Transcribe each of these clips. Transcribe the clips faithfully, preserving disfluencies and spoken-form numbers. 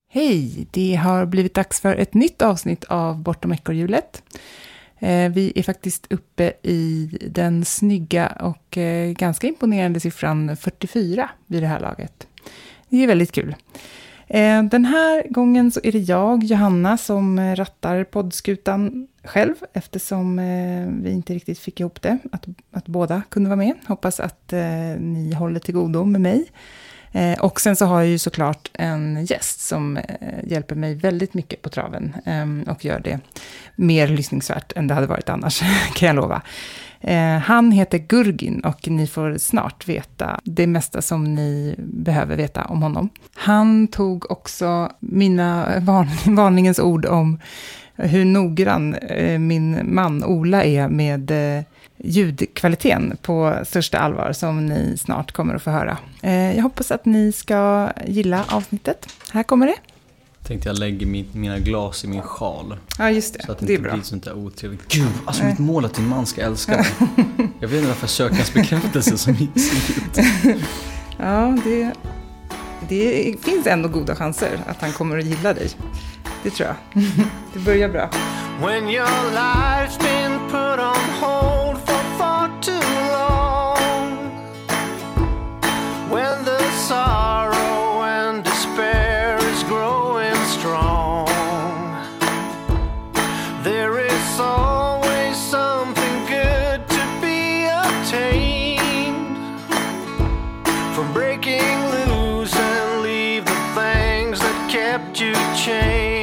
Hej, det har blivit dags för ett nytt avsnitt av Bortom ekorrhjulet. Eh, vi är faktiskt uppe i den snygga och eh, ganska imponerande siffran fyrtiofyra vid det här laget. Det är väldigt kul. Eh, den här gången så är det jag, Johanna, som rattar poddskutan själv eftersom eh, vi inte riktigt fick ihop det, att, att båda kunde vara med. Hoppas att eh, ni håller till godo med mig. Eh, och sen så har jag ju såklart en gäst som eh, hjälper mig väldigt mycket på traven eh, och gör det mer lyssningsvärt än det hade varit annars, kan jag lova. Eh, han heter Gurgin och ni får snart veta det mesta som ni behöver veta om honom. Han tog också mina varn- varningens ord om hur noggrann eh, min man Ola är med eh, ljudkvaliteten på största allvar som ni snart kommer att få höra. Eh, jag hoppas att ni ska gilla avsnittet. Här kommer det. Tänkte jag lägger min, mina glas i min sjal. Ja, just det. Så att det, det är inte bra. blir sånt där otrevligt. Gud, alltså mitt mål att din man ska älska mig. Jag vet inte varför jag söker hans bekräftelse som ser ut. Ja, det, det finns ändå goda chanser att han kommer att gilla dig. Det tror jag. Det börjar bra. When your life's been put on hold for far too long, when the sorrow and despair is growing strong, there is always something good to be obtained from breaking loose and leave the things that kept you chained.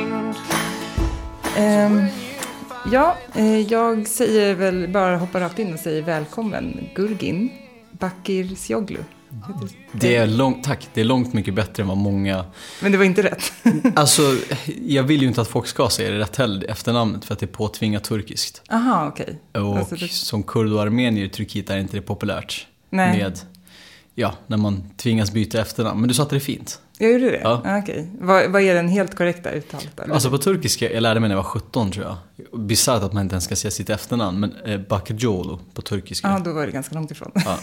Um, ja, eh, jag säger väl bara hoppa rakt in och säger välkommen Gurgin Bakircioglu. Det är långt, tack, det är långt mycket bättre än vad många... Men det var inte rätt. Alltså, jag vill ju inte att folk ska säga det rätt heller efternamnet för att det är påtvingat turkiskt. Aha, okej. Okay. Och alltså, det... som kurd och armenier i Turkiet är inte det populärt. Nej. Med, ja, när man tvingas byta efternamn. Men du sa att det är fint. Jag gjorde det? Ja. Ah, okej. Okay. Vad, vad är den helt korrekta uttalet? Eller? Alltså på turkiska, jag lärde mig när jag var sjutton tror jag. Bisarrt att man inte ens ska säga sitt efternamn. Men eh, Bakircioglu på turkiska. Ja, ah, då var det ganska långt ifrån. Ja.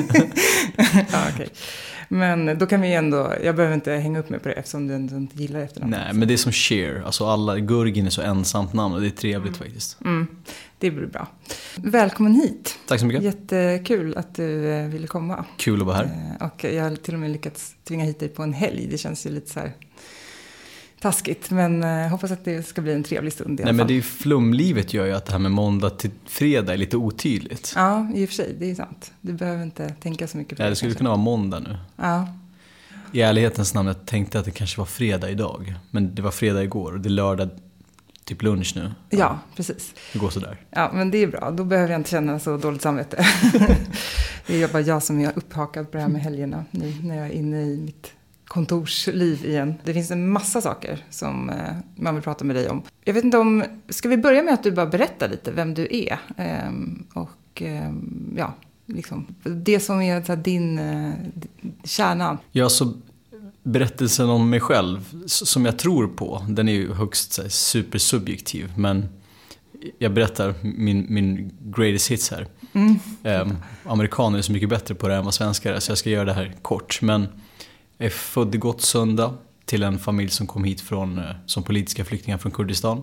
Ja, okej. Okay. Men då kan vi ändå, jag behöver inte hänga upp mig på det eftersom du inte gillar efternamnet. Nej, men det är som Cher. Alltså alla, Gurgin är så ensamt namn och det är trevligt mm. faktiskt. Mm. Det blir bra. Välkommen hit. Tack så mycket. Jättekul att du eh, ville komma. Kul att vara här. Eh, och jag har till och med lyckats tvinga hit dig på en helg. Det känns ju lite så här taskigt. Men eh, hoppas att det ska bli en trevlig stund i alla Nej, fall. men det är ju flumlivet gör ju att det här med måndag till fredag är lite otydligt. Ja, i och för sig. Det är sant. Du behöver inte tänka så mycket på Nej, det. det skulle kanske. kunna vara måndag nu. Ja. I ärlighetens namn, jag tänkte att det kanske var fredag idag. Men det var fredag igår och det är lördag typ lunch nu. Ja, ja, precis. Det går sådär. Ja, men det är bra. Då behöver jag inte känna så dåligt samvete. Det är bara jag som är upphakad på det här med helgerna nu när jag är inne i mitt kontorsliv igen. Det finns en massa saker som eh, man vill prata med dig om. Jag vet inte om... Ska vi börja med att du bara berättar lite vem du är? Ehm, och ehm, ja, liksom. Det som är så här, din eh, kärna. Ja, så berättelsen om mig själv som jag tror på, den är ju högst så här, supersubjektiv. Men jag berättar min, min greatest hits här. Mm. Um, amerikaner är så mycket bättre på det än vad svenskar är, så jag ska göra det här kort. Men jag är född i Gottsunda till en familj som kom hit från, som politiska flyktingar från Kurdistan.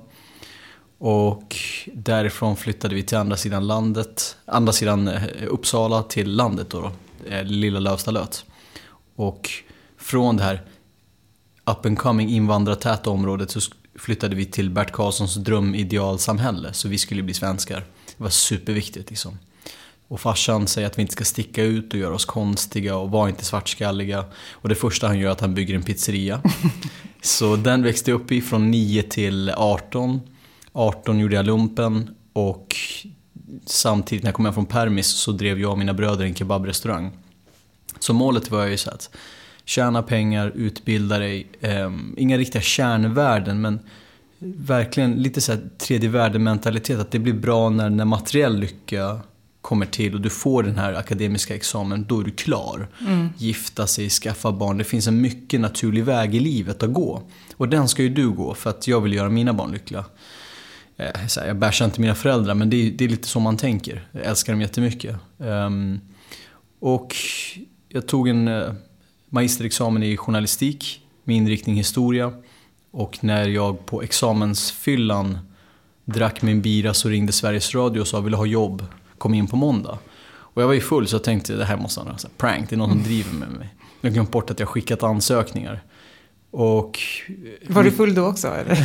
Och därifrån flyttade vi till andra sidan landet, andra sidan Uppsala till landet då, då lilla Lövstalöt. Och från det här up and coming invandrartäta området så flyttade vi till Bert Karlssons drömidealsamhälle, så vi skulle bli svenskar. Det var superviktigt liksom. Och farsan säger att vi inte ska sticka ut och göra oss konstiga och vara inte svartskalliga. Och det första han gör är att han bygger en pizzeria. Så den växte upp i från nio till arton. arton gjorde jag lumpen och samtidigt när jag kom hem från permis så drev jag och mina bröder en kebabrestaurang. Så målet var ju så att tjäna pengar, utbilda dig. Eh, inga riktiga kärnvärden, men verkligen lite så här tredje världen-mentalitet. Att det blir bra när, när materiell lycka kommer till och du får den här akademiska examen, då är du klar. Mm. Gifta sig, skaffa barn. Det finns en mycket naturlig väg i livet att gå. Och den ska ju du gå för att jag vill göra mina barn lyckliga. Eh, så här, jag bärsar inte mina föräldrar, men det är, det är lite som man tänker. Jag älskar dem jättemycket. Um, och jag tog en uh, magisterexamen i journalistik med inriktning historia. Och när jag på examensfyllan drack min bira så ringde Sveriges Radio och sa vill ha jobb, kom in på måndag. Och jag var ju full så jag tänkte det här måste vara en prank, det är någon som driver med mig. Jag glömde bort att jag skickat ansökningar. Och var du full då också eller?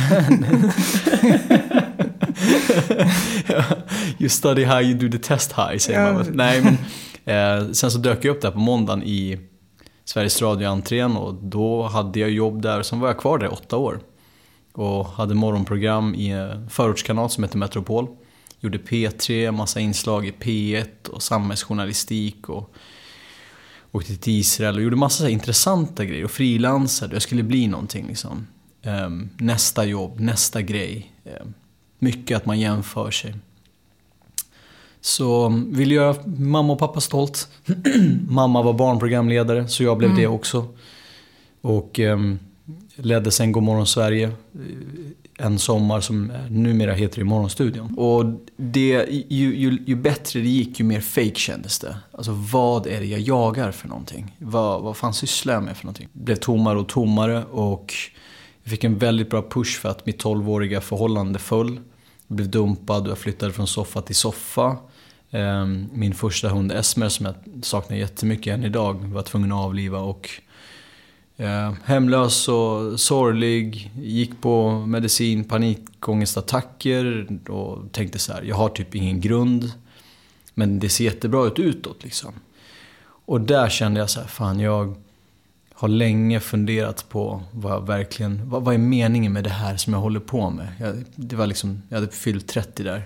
You study high, you do the test high, säger ja. man. Nej, men eh, sen så dök jag upp där på måndagen i Sveriges Radio-entrén och då hade jag jobb där. Sen var jag kvar där i åtta år och hade morgonprogram i en förortskanal som heter Metropol. Gjorde P tre, massa inslag i P ett och samhällsjournalistik och åkte till Israel och gjorde massa så här intressanta grejer och frilansade. Jag skulle bli någonting liksom. Um, nästa jobb, nästa grej. Um, mycket att man jämför sig. Så ville göra mamma och pappa stolt. Mamma var barnprogramledare så jag blev mm. det också. Och um, ledde sen Godmorgon Sverige en sommar som numera heter i Morgonstudion. Och det, ju, ju, ju bättre det gick ju mer fake kändes det. Alltså vad är det jag jagar för någonting? Vad, vad fan sysslar jag med för någonting? Det blev tommare och tommare och jag fick en väldigt bra push för att mitt tolvåriga förhållande föll. Jag blev dumpad och jag flyttade från soffa till soffa. Min första hund Esmer som jag saknar jättemycket än idag var tvungen att avliva och eh, hemlös och sorglig, gick på medicin, panikångestattacker och tänkte så här, jag har typ ingen grund men det ser jättebra ut utåt liksom. Och där kände jag så här, fan jag har länge funderat på vad jag verkligen, vad, vad är meningen med det här som jag håller på med. Jag, det var liksom, jag hade fyllt trettio där.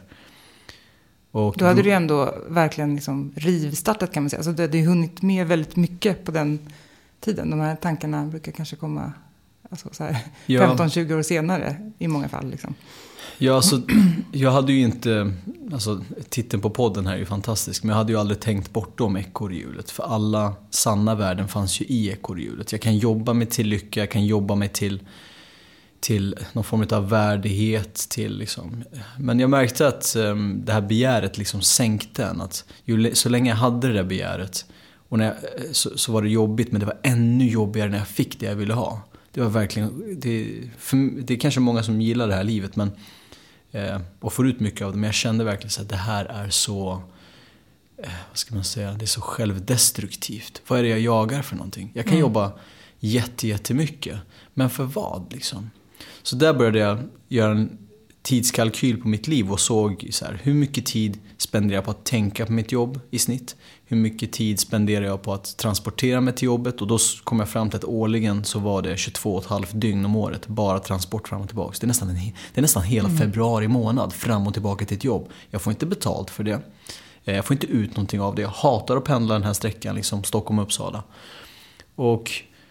Och då hade du ändå verkligen liksom rivstartat kan man säga. Alltså det hade hunnit med väldigt mycket på den tiden. De här tankarna brukar kanske komma alltså så här, ja. femton tjugo år senare i många fall. Liksom. Ja, alltså, jag hade ju inte, alltså titeln på podden här är ju fantastisk, men jag hade ju aldrig tänkt bortom ekorrhjulet. För alla sanna värden fanns ju i ekorrhjulet. Jag kan jobba mig till lycka, jag kan jobba mig till till någon form av värdighet till liksom. Men jag märkte att um, det här begäret liksom sänkte en, att ju, så länge jag hade det där begäret och när jag, så, så var det jobbigt, men det var ännu jobbigare när jag fick det jag ville ha. Det var verkligen det, för, det är kanske många som gillar det här livet men eh, och får ut mycket av det, men jag kände verkligen så att det här är så eh, vad ska man säga, det är så självdestruktivt. Vad är det jag jagar för någonting? Jag kan mm. jobba jätte, jättemycket, men för vad liksom? Så där började jag göra en tidskalkyl på mitt liv och såg så här, hur mycket tid spenderar jag på att tänka på mitt jobb i snitt? Hur mycket tid spenderar jag på att transportera mig till jobbet? Och då kom jag fram till att årligen så var det tjugotvå och ett halvt dygn om året bara transport fram och tillbaka. Det är nästan, en, det är nästan hela mm. februari månad fram och tillbaka till ett jobb. Jag får inte betalt för det. Jag får inte ut någonting av det. Jag hatar att pendla den här sträckan, liksom Stockholm-Uppsala. Och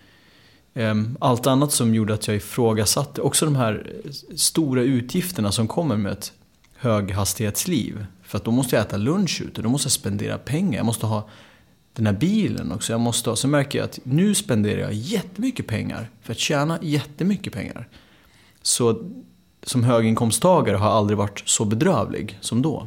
allt annat som gjorde att jag ifrågasatte också de här stora utgifterna som kommer med ett höghastighetsliv. För att då måste jag äta lunch ute, då måste jag spendera pengar, jag måste ha den här bilen också. Jag måste ha, så märker jag att nu spenderar jag jättemycket pengar för att tjäna jättemycket pengar. Så som höginkomsttagare har jag aldrig varit så bedrövlig som då.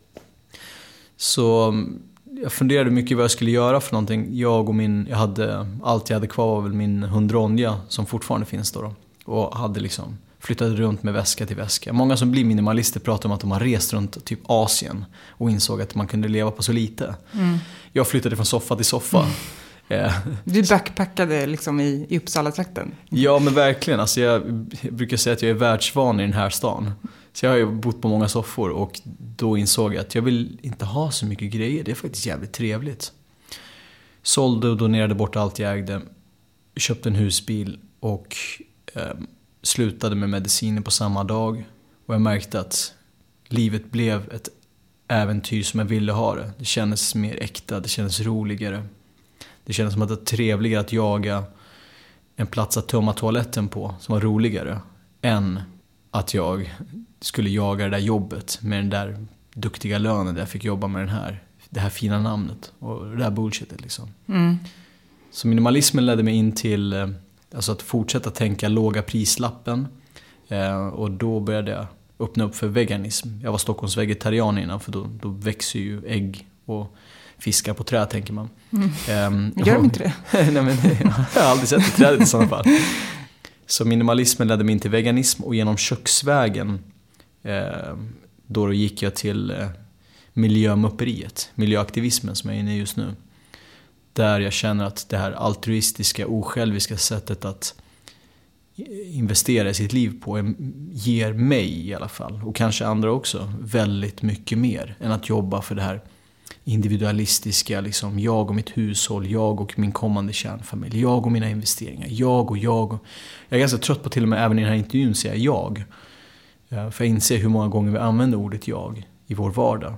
Så jag funderade mycket vad jag skulle göra för någonting. Jag och min, jag hade, allt jag hade kvar var väl min hund Ronja som fortfarande finns då, då. Och hade liksom flyttat runt med väska till väska. Många som blir minimalister pratar om att de har rest runt typ Asien och insåg att man kunde leva på så lite. Mm. Jag flyttade från soffa till soffa. Mm. Du backpackade liksom i, i Uppsala-trakten. Ja, men verkligen. Alltså jag, jag brukar säga att jag är världsvan i den här stan. Så jag har ju bott på många soffor och då insåg jag att jag vill inte ha så mycket grejer. Det är faktiskt jävligt trevligt. Sålde och donerade bort allt jag ägde. Köpte en husbil och eh, slutade med mediciner på samma dag. Och jag märkte att livet blev ett äventyr som jag ville ha det. Det kändes mer äkta, det kändes roligare. Det kändes som att det var trevligare att jaga en plats att tömma toaletten på som var roligare än att jag skulle jaga det där jobbet med den där duktiga lönen där jag fick jobba med den här, det här fina namnet och det där bullshitet liksom. Mm. Så minimalismen ledde mig in till alltså att fortsätta tänka låga prislappen eh, och då började jag öppna upp för veganism. Jag var Stockholms vegetarian innan för då, då växer ju ägg och fiskar på träd tänker man. Mm. Um, Gör de inte det? Nej, men jag har aldrig sett ett träd i sådana fall. Så minimalismen ledde mig in till veganism, och genom köksvägen eh, då gick jag till eh, miljömupperiet, miljöaktivismen som jag är inne i just nu. Där jag känner att det här altruistiska, osjälviska sättet att investera i sitt liv på ger mig i alla fall, och kanske andra också, väldigt mycket mer än att jobba för det här individualistiska, liksom jag och mitt hushåll, jag och min kommande kärnfamilj, jag och mina investeringar, jag och jag och... Jag är ganska trött på till och med även i den här intervjun säga jag. För jag inser hur många gånger vi använder ordet jag i vår vardag.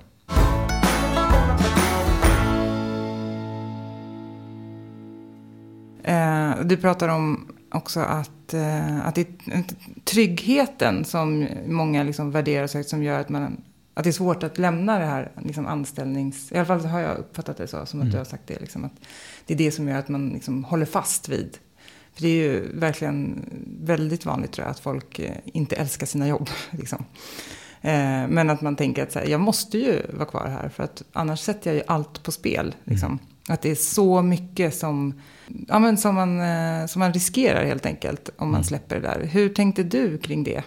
Du pratar om också att, att det är tryggheten som många liksom värderar sig, som gör att, man, att det är svårt att lämna det här liksom anställnings... I alla fall har jag uppfattat det så, som att mm. du har sagt det. Liksom, att det är det som gör att man liksom håller fast vid. För det är ju verkligen väldigt vanligt, tror jag, att folk inte älskar sina jobb. Liksom. Men att man tänker att så här, jag måste ju vara kvar här, för att annars sätter jag ju allt på spel. Liksom. Mm. Att det är så mycket som, ja, men som, man, som man riskerar helt enkelt om man mm. släpper det där. Hur tänkte du kring det?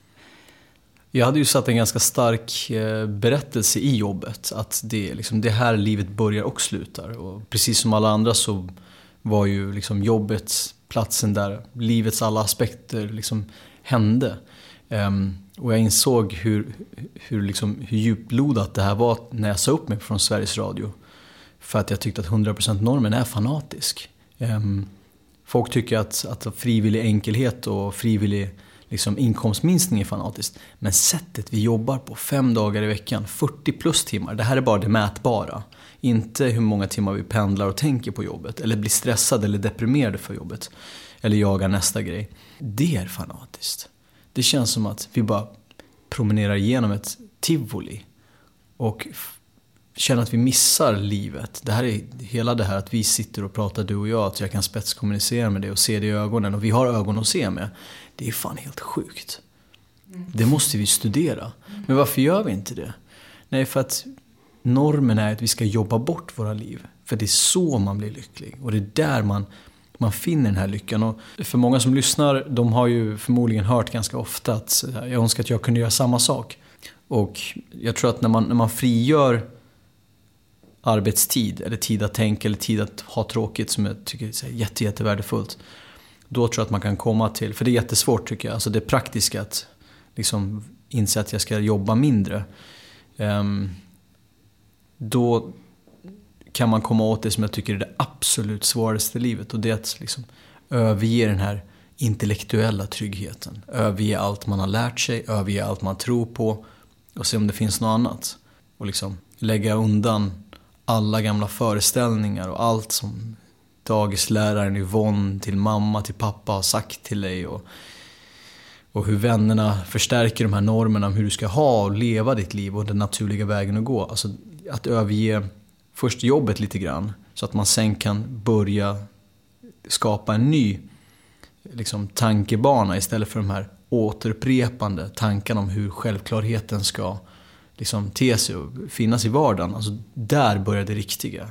Jag hade ju satt en ganska stark berättelse i jobbet. Att det, liksom, det här livet börjar och slutar. Och precis som alla andra så var ju liksom jobbet platsen där livets alla aspekter liksom hände. Um, och jag insåg hur, hur, liksom, hur djuplodat det här var när jag sa upp mig från Sveriges Radio. För att jag tyckte att hundra procent normen är fanatisk. Um, folk tycker att, att frivillig enkelhet och frivillig liksom, inkomstminskning är fanatiskt. Men sättet vi jobbar på fem dagar i veckan, fyrtio plus timmar. Det här är bara det mätbara. Inte hur många timmar vi pendlar och tänker på jobbet. Eller blir stressade eller deprimerade för jobbet. Eller jagar nästa grej. Det är fanatiskt. Det känns som att vi bara promenerar igenom ett tivoli. Och känner att vi missar livet. Det här är hela det här att vi sitter och pratar, du och jag, att jag kan spetskommunicera med dig och se det i ögonen. Och vi har ögon att se med. Det är fan helt sjukt. Det måste vi studera. Men varför gör vi inte det? Nej, för att normen är att vi ska jobba bort våra liv. För det är så man blir lycklig. Och det är där man, man finner den här lyckan. Och för många som lyssnar, de har ju förmodligen hört ganska ofta att jag önskar att jag kunde göra samma sak. Och jag tror att när man, när man frigör arbetstid, eller tid att tänka, eller tid att ha tråkigt, som jag tycker är jätte, jättevärdefullt, då tror jag att man kan komma till, för det är jättesvårt tycker jag, alltså det praktiska att liksom inse att jag ska jobba mindre. Um, då kan man komma åt det som jag tycker är det absolut svåraste i livet, och det är att liksom överge den här intellektuella tryggheten. Överge allt man har lärt sig, överge allt man tror på och se om det finns något annat. Och liksom lägga undan alla gamla föreställningar och allt som dagisläraren Yvonne till mamma, till pappa har sagt till dig, och, och hur vännerna förstärker de här normerna om hur du ska ha och leva ditt liv och den naturliga vägen att gå. Alltså att överge först jobbet lite grann, så att man sen kan börja skapa en ny liksom, tankebana istället för de här återupprepande tankarna om hur självklarheten ska liksom, te sig och finnas i vardagen. Alltså där börjar det riktiga.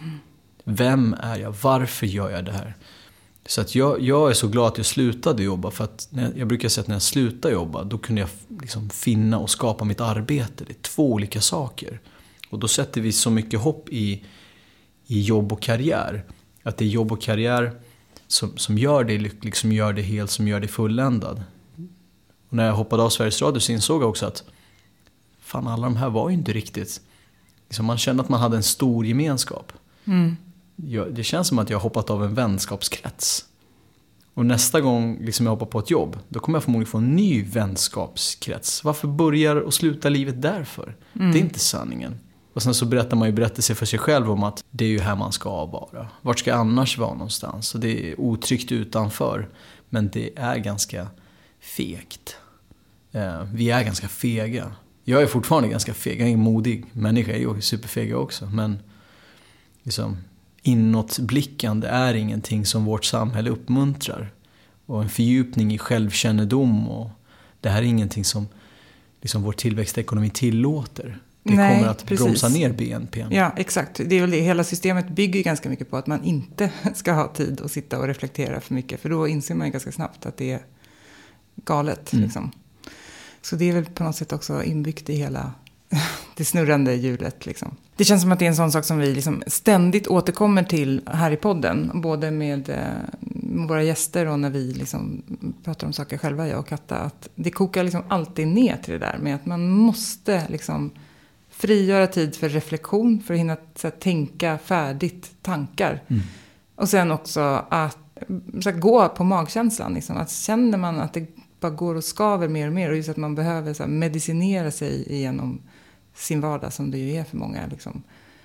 Vem är jag? Varför gör jag det här? Så att jag, jag är så glad att jag slutade jobba. För att när, jag brukar säga att när jag slutade jobba, då kunde jag liksom finna och skapa mitt arbete. Det är två olika saker. Och då sätter vi så mycket hopp i, i jobb och karriär. Att det är jobb och karriär som, som gör det lycklig, som gör det helt, som gör det fulländad. Och när jag hoppade av Sveriges Radio så insåg jag också att fan, alla de här var ju inte riktigt... Liksom man kände att man hade en stor gemenskap. Mm. Jag, det känns som att jag har hoppat av en vänskapskrets. Och nästa gång liksom jag hoppar på ett jobb, då kommer jag förmodligen få en ny vänskapskrets. Varför börjar och slutar livet därför? Mm. Det är inte sanningen. Och sen så berättar man ju berättelser för sig själv om att det är ju här man ska vara. Vart ska jag annars vara någonstans? Och det är otryggt utanför. Men det är ganska fegt. Eh, vi är ganska fega. Jag är fortfarande ganska feg. Jag är en modig människa. Jag är ju superfega också. Men liksom, inåtblickande är ingenting som vårt samhälle uppmuntrar. Och en fördjupning i självkännedom. Och det här är ingenting som liksom, vår tillväxtekonomi tillåter. det Nej, kommer att precis. bromsa ner B N P. Ja, exakt. Det är väl det. Hela systemet bygger ganska mycket på att man inte ska ha tid att sitta och reflektera för mycket. För då inser man ju ganska snabbt att det är galet. Mm. Liksom. Så det är väl på något sätt också inbyggt i hela det snurrande hjulet. Liksom. Det känns som att det är en sån sak som vi liksom ständigt återkommer till här i podden. Både med, med våra gäster och när vi liksom pratar om saker själva, jag och Katta. Att det kokar liksom alltid ner till det där med att man måste liksom frigöra tid för reflektion. För att hinna så här, tänka färdigt tankar. Mm. Och sen också att så här, gå på magkänslan. Liksom. Att känner man att det bara går och skaver mer och mer. Och just att man behöver så här, medicinera sig igenom sin vardag som det ju är för många. Liksom.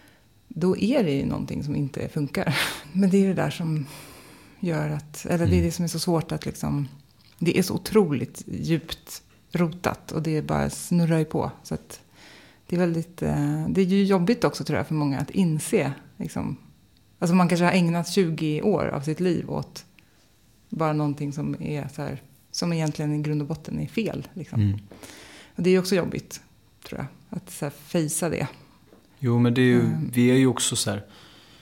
Då är det ju någonting som inte funkar. Men det är det där som gör att... Eller det är det som är så svårt att liksom... Det är så otroligt djupt rotat. Och det bara snurrar ju på. Så att det är väldigt... Det är ju jobbigt också tror jag för många att inse. Liksom, alltså man kanske har ägnat tjugo år av sitt liv åt bara någonting som är så här... Som egentligen i grund och botten är fel. Liksom. Mm. Och det är ju också jobbigt, tror jag. Att så här, fejsa det. Jo, men det är ju, mm. vi är ju också så här...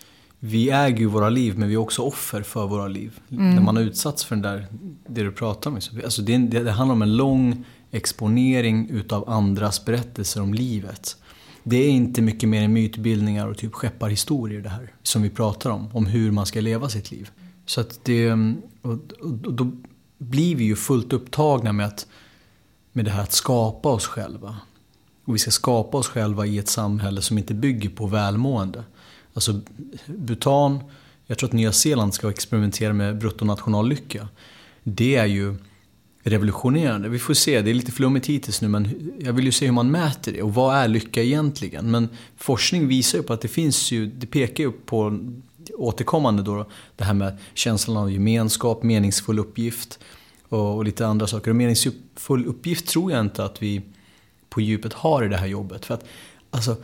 Vi äger ju våra liv, men vi är också offer för våra liv. Mm. När man har utsatts för den där, det du pratar om. Alltså det, det, det handlar om en lång exponering utav andras berättelser om livet. Det är inte mycket mer än mytbildningar och typ skepparhistorier det här. Som vi pratar om, om hur man ska leva sitt liv. Så att det... Och, och, och då blir vi ju fullt upptagna med, att, med det här att skapa oss själva. Och vi ska skapa oss själva i ett samhälle som inte bygger på välmående. Alltså Bhutan, jag tror att Nya Zeeland ska experimentera med bruttonationallycka. Det är ju revolutionerande. Vi får se, det är lite flummigt hittills nu, men jag vill ju se hur man mäter det. Och vad är lycka egentligen? Men forskning visar ju på att det finns ju, det pekar ju på återkommande då, det här med känslan av gemenskap, meningsfull uppgift och, och lite andra saker. Och meningsfull uppgift tror jag inte att vi på djupet har i det här jobbet. För att alltså,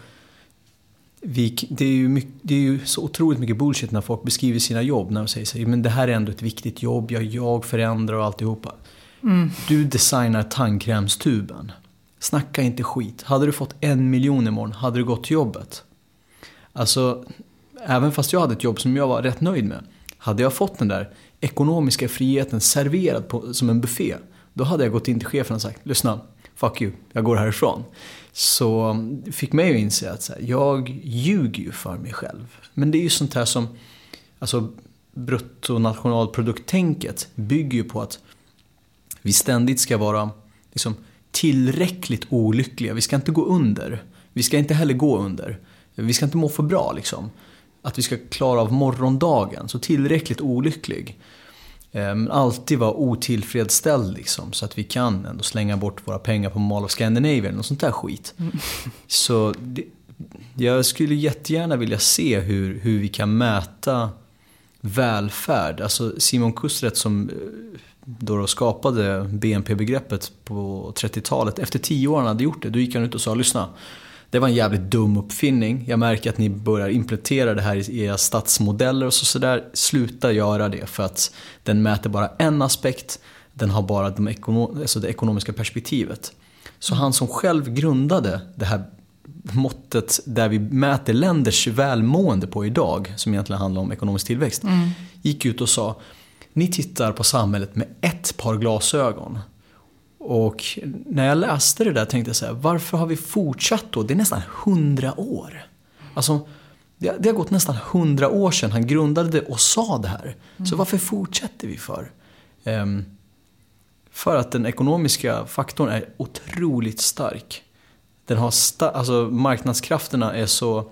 vi, det, är ju mycket, det är ju så otroligt mycket bullshit när folk beskriver sina jobb. När de säger så här, men det här är ändå ett viktigt jobb, jag, jag förändrar och alltihopa. Mm. Du designar tandkrämstuben. Snacka inte skit. Hade du fått en miljon imorgon, hade du gått till jobbet? Alltså... Även fast jag hade ett jobb som jag var rätt nöjd med. Hade jag fått den där ekonomiska friheten serverad på, som en buffé. Då hade jag gått in till chefen och sagt, lyssna, fuck you, jag går härifrån. Så fick mig att inse att så här, jag ljuger ju för mig själv. Men det är ju sånt här som, alltså bruttonationalprodukttänket bygger ju på att vi ständigt ska vara liksom, tillräckligt olyckliga. Vi ska inte gå under. Vi ska inte heller gå under. Vi ska inte må för bra liksom. Att vi ska klara av morgondagen. Så tillräckligt olycklig. Men alltid vara otillfredsställd liksom. Så att vi kan ändå slänga bort våra pengar på Mall of Scandinavia. Och sånt där skit. Mm. Så det, jag skulle jättegärna vilja se hur, hur vi kan mäta välfärd. Alltså Simon Kussret som då, då skapade B N P-begreppet på trettiotalet. Efter tio år han hade gjort det. Då gick han ut och sa, lyssna. Det var en jävligt dum uppfinning. Jag märker att ni börjar implementera det här i era statsmodeller och så, så där. Sluta göra det för att den mäter bara en aspekt. Den har bara de ekonom- alltså det ekonomiska perspektivet. Så han som själv grundade det här måttet där vi mäter länders välmående på idag, som egentligen handlar om ekonomisk tillväxt, mm. gick ut och sa, ni tittar på samhället med ett par glasögon. Och när jag läste det där tänkte jag så här, varför har vi fortsatt då? Det är nästan hundra år. Alltså, det, det har gått nästan hundra år sedan han grundade det och sa det här. Mm. Så varför fortsätter vi för? Um, för att den ekonomiska faktorn är otroligt stark. Den har sta- alltså, marknadskrafterna är så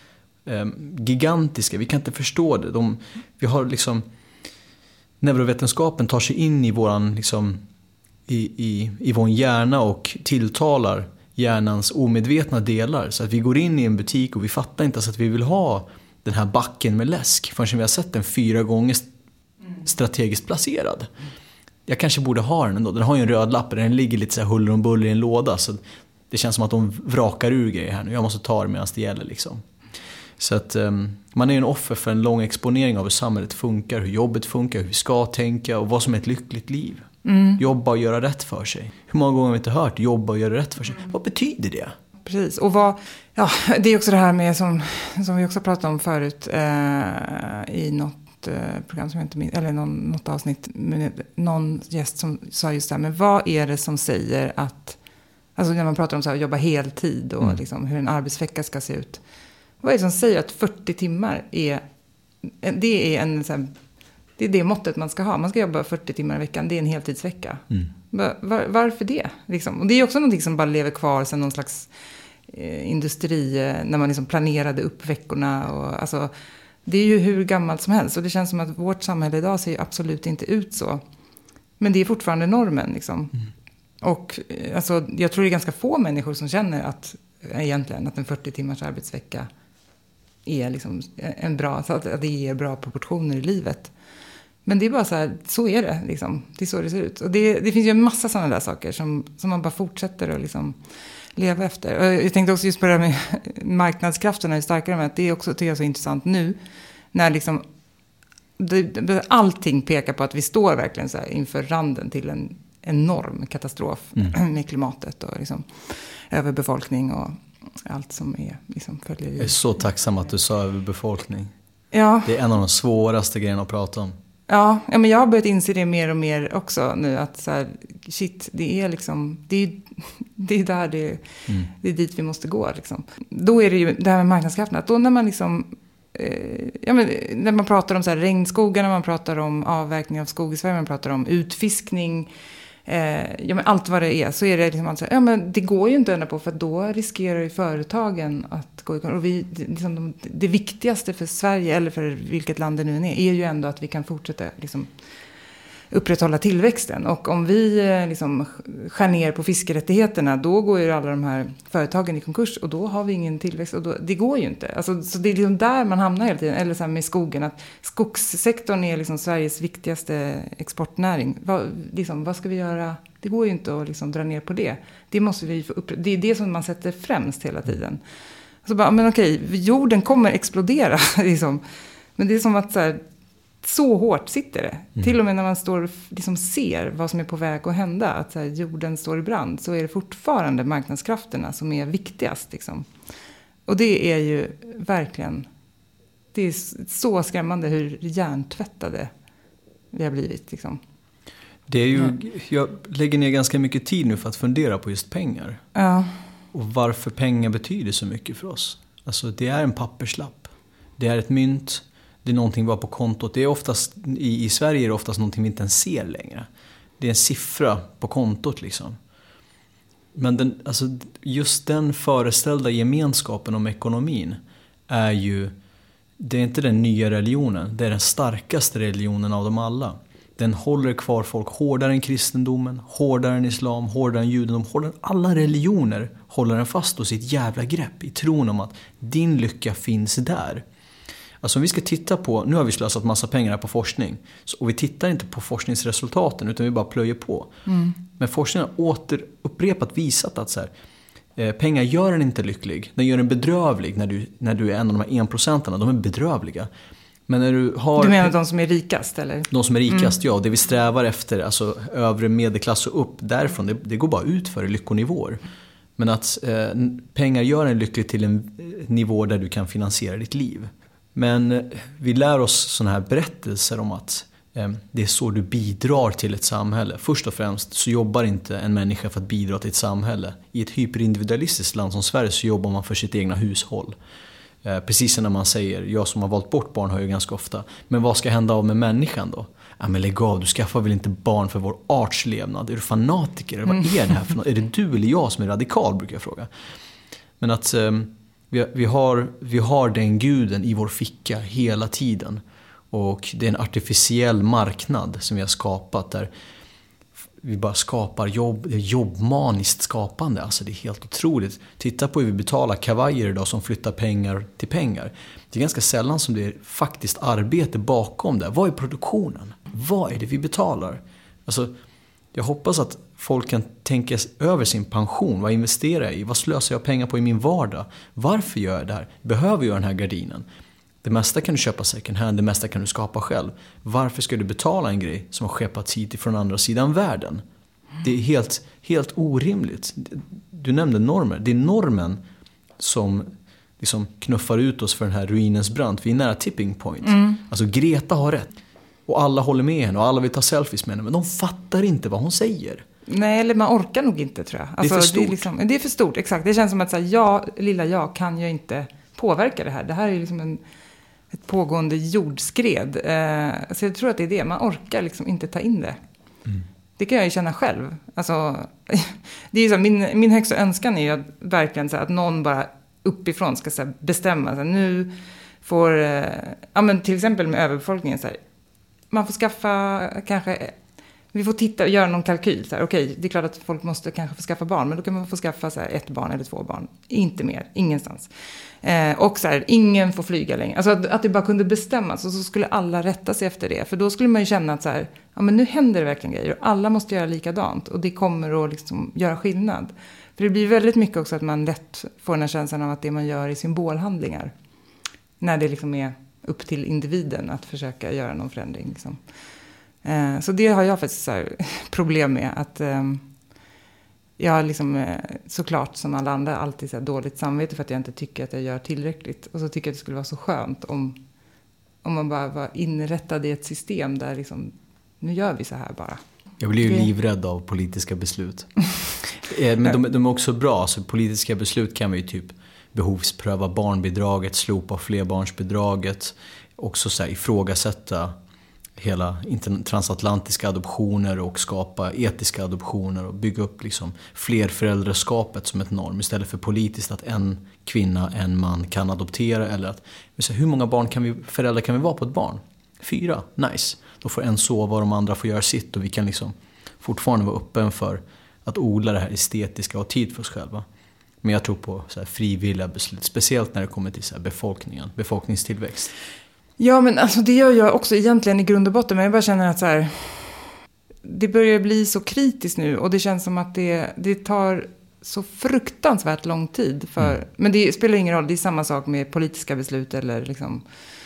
um, gigantiska. Vi kan inte förstå det. De, vi har liksom... Neurovetenskapen tar sig in i våran... Liksom, I, i, i vår hjärna och tilltalar hjärnans omedvetna delar. Så att vi går in i en butik och vi fattar inte så att vi vill ha den här backen med läsk förrän vi har sett den fyra gånger strategiskt placerad. Jag kanske borde ha den ändå. Den har ju en röd lapp och den ligger lite så här huller om buller i en låda. Så det känns som att de vrakar ur grejer här nu. Jag måste ta det medan det gäller liksom. Så att um, man är en offer för en lång exponering av hur samhället funkar, hur jobbet funkar, hur vi ska tänka och vad som är ett lyckligt liv. Mm. Jobba och göra rätt för sig. Hur många gånger har vi inte hört jobba och göra rätt för sig? Mm. Vad betyder det? precis. Och vad, ja, det är också det här med som, som vi också pratade om förut eh, i något eh, program som jag inte minns, eller någon, något avsnitt med någon gäst som sa just det här, men vad är det som säger att, alltså när man pratar om så här, jobba heltid och mm. liksom, hur en arbetsvecka ska se ut. Vad är det som säger att fyrtio timmar är, det är en så här, det är det måttet man ska ha. Man ska jobba fyrtio timmar i veckan. Det är en heltidsvecka. Mm. Var, var, varför det? Liksom? Och det är också någonting som bara lever kvar sedan någon slags eh, industri, eh, när man liksom planerade upp veckorna. Och, alltså, det är ju hur gammalt som helst. Och det känns som att vårt samhälle idag ser ju absolut inte ut så. Men det är fortfarande normen. Liksom. Mm. Och eh, alltså, jag tror det är ganska få människor som känner att, egentligen, att en fyrtio timmars arbetsvecka är liksom en bra, så att det ger bra proportioner i livet. Men det är bara så här, så är det liksom. Det är så det ser ut. Och det, det finns ju en massa sådana där saker som, som man bara fortsätter att liksom leva efter. Och jag tänkte också just på det här med marknadskrafterna, hur starka de är. Det är också, tycker jag, så intressant nu. När liksom, det, allting pekar på att vi står verkligen så här inför randen till en enorm katastrof mm. med klimatet och liksom överbefolkning och allt som är liksom följer. Jag är så tacksam att du sa överbefolkning. Ja. Det är en av de svåraste grejerna att prata om. Ja, ja, men jag har börjat inse det mer och mer också nu, att så här, shit, det är liksom, det är, det är där det, mm. det är dit vi måste gå liksom. Då är det ju det här med marknadskrafterna, att då när man liksom, eh, ja men när man pratar om så här regnskogar, när man pratar om avverkning av skog i Sverige, man pratar om utfiskning, eh, ja men allt vad det är, så är det liksom alltså, ja men det går ju inte ända på, för att då riskerar ju företagen att gå i, och vi, liksom de, det viktigaste för Sverige, eller för vilket land det nu är, är ju ändå att vi kan fortsätta liksom upprätthålla tillväxten. Och om vi liksom skär ner på fiskerättigheterna, då går ju alla de här företagen i konkurs, och då har vi ingen tillväxt, och då, det går ju inte. Alltså, så det är liksom där man hamnar hela tiden. Eller så här med skogen, att skogssektorn är liksom Sveriges viktigaste exportnäring. Vad, liksom, vad ska vi göra? Det går ju inte att liksom dra ner på det. Det måste vi få upp. Det är det som man sätter främst hela tiden. Så bara, men okej, jorden kommer explodera liksom. Men det är som att så här, så hårt sitter det. Mm. Till och med när man står och liksom ser vad som är på väg att hända, att så här, jorden står i brand, så är det fortfarande marknadskrafterna som är viktigast. Liksom. Och det är ju verkligen, det är så skrämmande hur hjärntvättade vi har blivit. Liksom. Det är ju, jag lägger ner ganska mycket tid nu för att fundera på just pengar. Ja. Och varför pengar betyder så mycket för oss. Alltså det är en papperslapp. Det är ett mynt. Det är någonting bara på kontot. Det är oftast, i, i Sverige är det oftast någonting vi inte ens ser längre. Det är en siffra på kontot liksom. Men den, alltså, just den föreställda gemenskapen om ekonomin är ju, det är inte den nya religionen. Det är den starkaste religionen av dem alla. Den håller kvar folk hårdare än kristendomen, hårdare än islam, hårdare än judendom. Hårdare än alla religioner håller den fast och sitt jävla grepp i tron om att din lycka finns där. Alltså om vi ska titta på, nu har vi slösat massa pengar här på forskning, och vi tittar inte på forskningsresultaten utan vi bara plöjer på. Mm. Men forskningen har åter upprepat visat att så här, eh, pengar gör en inte lycklig. Den gör en bedrövlig när du, när du är en av de här en procentarna. De är bedrövliga. Men när du har... Du menar de som är rikast, eller? De som är rikast, mm. ja. Det vi strävar efter, alltså övre medelklass och upp därifrån, det, det går bara ut för lyckonivåer. Men att eh, pengar gör en lycklig till en nivå där du kan finansiera ditt liv. Men vi lär oss såna här berättelser om att eh, det är så du bidrar till ett samhälle. Först och främst så jobbar inte en människa för att bidra till ett samhälle. I ett hyperindividualistiskt land som Sverige så jobbar man för sitt egna hushåll. Eh, precis som när man säger, jag som har valt bort barn har ju ganska ofta, men vad ska hända av med människan då? Ja men lägg av, du skaffar väl inte barn för vår arts levnad? Är du fanatiker? Eller vad är det här för något? Är det du eller jag som är radikal, brukar jag fråga. Men att... Eh, Vi, vi, har, vi har den guden i vår ficka hela tiden. Och det är en artificiell marknad som vi har skapat där vi bara skapar jobb, det är jobbmaniskt skapande. Alltså det är helt otroligt. Titta på hur vi betalar kavajer idag som flyttar pengar till pengar. Det är ganska sällan som det är faktiskt arbete bakom det. Vad är produktionen? Vad är det vi betalar? Alltså, jag hoppas att folk kan tänka över sin pension. Vad investerar jag i? Vad slösar jag pengar på i min vardag? Varför gör jag det här? Behöver jag den här gardinen? Det mesta kan du köpa second hand, det mesta kan du skapa själv. Varför ska du betala en grej som har skeppats hit från andra sidan världen? Det är helt, helt orimligt. du nämnde normer. Det är normen som liksom knuffar ut oss för den här ruinens brant. Vi är nära tipping point. Mm. Alltså Greta har rätt. Och alla håller med henne och alla vill ta selfies med henne. Men de fattar inte vad hon säger. Nej, eller man orkar nog inte, tror jag. Alltså, det är för stort. Det är, liksom, det är för stort, exakt. Det känns som att så här, jag, lilla jag kan ju inte påverka det här. Det här är liksom en, ett pågående jordskred. Eh, så jag tror att det är det. Man orkar liksom inte ta in det. Mm. Det kan jag ju känna själv. Alltså, det är så, min, min högsta önskan är ju att, verkligen så här, att någon bara uppifrån ska så här, bestämma. Så här, nu får, eh, ja, men till exempel med överbefolkningen, så här, man får skaffa kanske... Vi får titta och göra någon kalkyl. Så här, okej, det är klart att folk måste kanske få skaffa barn. Men då kan man få skaffa så här, ett barn eller två barn. Inte mer, ingenstans. Eh, och så här, ingen får flyga längre. Alltså att, att det bara kunde bestämmas. Och så skulle alla rätta sig efter det. För då skulle man ju känna att så här, ja, men nu händer det verkligen grejer. Och alla måste göra likadant. Och det kommer att liksom göra skillnad. För det blir väldigt mycket också att man lätt får den här känslan av att det man gör är symbolhandlingar. När det liksom är upp till individen att försöka göra någon förändring liksom. Så det har jag faktiskt så här problem med. Att um, jag liksom såklart som alla andra alltid så här dåligt samvete för att jag inte tycker att jag gör tillräckligt. Och så tycker jag att det skulle vara så skönt om, om man bara var inrättad i ett system där liksom, nu gör vi så här bara. Jag blir ju det... livrädd av politiska beslut. Men de, de är också bra. Så politiska beslut kan vi ju typ behovspröva barnbidraget, slopa flerbarnsbidraget. Också så här ifrågasätta hela transatlantiska adoptioner och skapa etiska adoptioner och bygga upp liksom flerföräldraskapet som ett norm istället för politiskt att en kvinna, en man kan adoptera eller att hur många barn kan vi, föräldrar kan vi vara på ett barn? Fyra, nice. Då får en sova och de andra får göra sitt och vi kan liksom fortfarande vara öppen för att odla det här estetiska och tid för oss själva. Men jag tror på så här frivilliga beslut, speciellt när det kommer till så här befolkningen, befolkningstillväxt. Ja, men alltså det gör jag också egentligen i grund och botten. Men jag bara känner att så här, det börjar bli så kritiskt nu. Och det känns som att det, det tar så fruktansvärt lång tid. För, mm. Men det spelar ingen roll. Det är samma sak med politiska beslut. Eller liksom,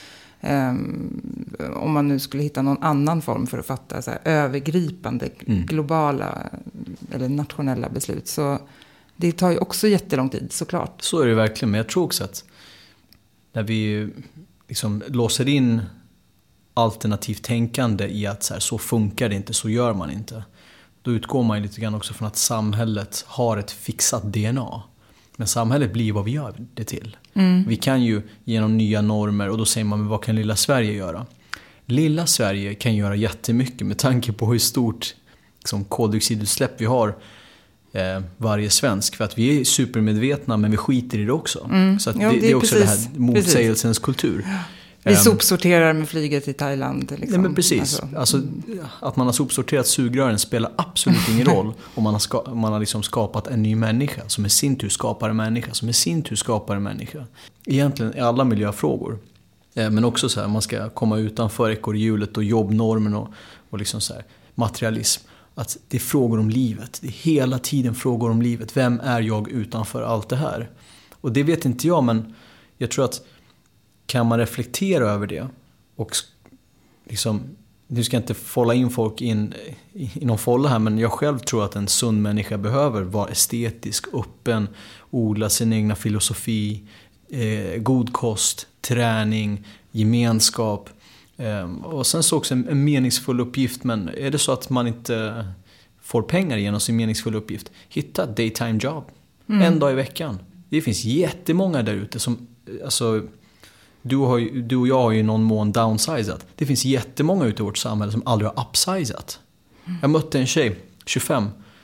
um, om man nu skulle hitta någon annan form för att fatta så här, övergripande, mm. globala eller nationella beslut. Så det tar ju också jättelång tid, såklart. Så är det verkligen. Men jag tror också att när vi... liksom låser in alternativt tänkande i att så, här, så funkar det inte, så gör man inte. Då utgår man lite grann också från att samhället har ett fixat D N A. Men samhället blir vad vi gör det till. Mm. Vi kan ju genom nya normer, och då säger man, men vad kan lilla Sverige göra? Lilla Sverige kan göra jättemycket med tanke på hur stort liksom, koldioxidutsläpp vi har eh, varje svensk. För att vi är supermedvetna, men vi skiter i det också. Mm. Så att ja, det, det, det är också precis, det här motsägelsens kultur. Vi sopsorterar med flyget i Thailand. Liksom. Nej, men precis. Alltså, alltså, att man har sopsorterat sugrören spelar absolut ingen roll om man har, ska, om man har liksom skapat en ny människa som i sin tur skapar en människa som i sin tur skapar en människa. Egentligen i alla miljöfrågor. Eh, men också så här, man ska komma utanför ekorrhjulet och jobbnormen och, och liksom så här, materialism. Att det är frågor om livet. Det är hela tiden frågor om livet. Vem är jag utanför allt det här? Och det vet inte jag, men jag tror att kan man reflektera över det och liksom, nu ska jag inte folla in folk in i någon folla här, men jag själv tror att en sund människa behöver vara estetisk, öppen, odla sin egna filosofi, eh, god kost, träning, gemenskap eh, och sen så också en, en meningsfull uppgift. Men är det så att man inte får pengar genom sin meningsfulla uppgift, hitta ett daytime job mm. en dag i veckan. Det finns jättemånga där ute som alltså Du, har ju, du och jag har ju någon mån downsizat. Det finns jättemånga ute i vårt samhälle som aldrig har upsizat. Mm. Jag mötte en tjej, tjugofem.